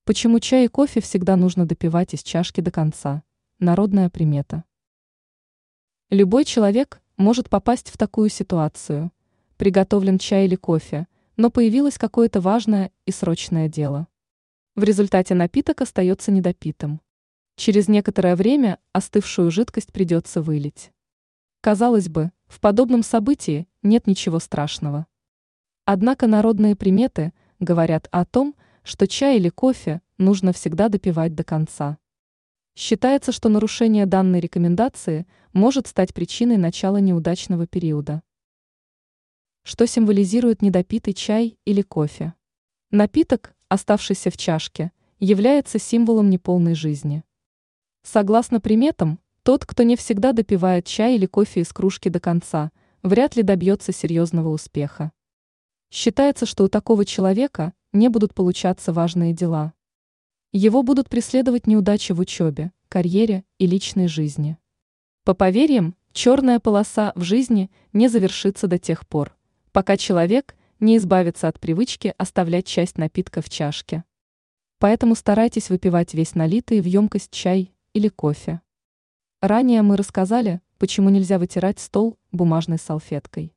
Почему чай и кофе всегда нужно допивать из чашки до конца? Народная примета. Любой человек может попасть в такую ситуацию. Приготовлен чай или кофе, но появилось какое-то важное и срочное дело. В результате напиток остается недопитым. Через некоторое время остывшую жидкость придется вылить. Казалось бы, в подобном событии нет ничего страшного. Однако народные приметы говорят о том, что чай или кофе нужно всегда допивать до конца. Считается, что нарушение данной рекомендации может стать причиной начала неудачного периода. Что символизирует недопитый чай или кофе? Напиток, оставшийся в чашке, является символом неполной жизни. Согласно приметам, тот, кто не всегда допивает чай или кофе из кружки до конца, вряд ли добьется серьезного успеха. Считается, что у такого человека не будут получаться важные дела. Его будут преследовать неудачи в учебе, карьере и личной жизни. По поверьям, черная полоса в жизни не завершится до тех пор, пока человек не избавится от привычки оставлять часть напитка в чашке. Поэтому старайтесь выпивать весь налитый в емкость чай или кофе. Ранее мы рассказали, почему нельзя вытирать стол бумажной салфеткой.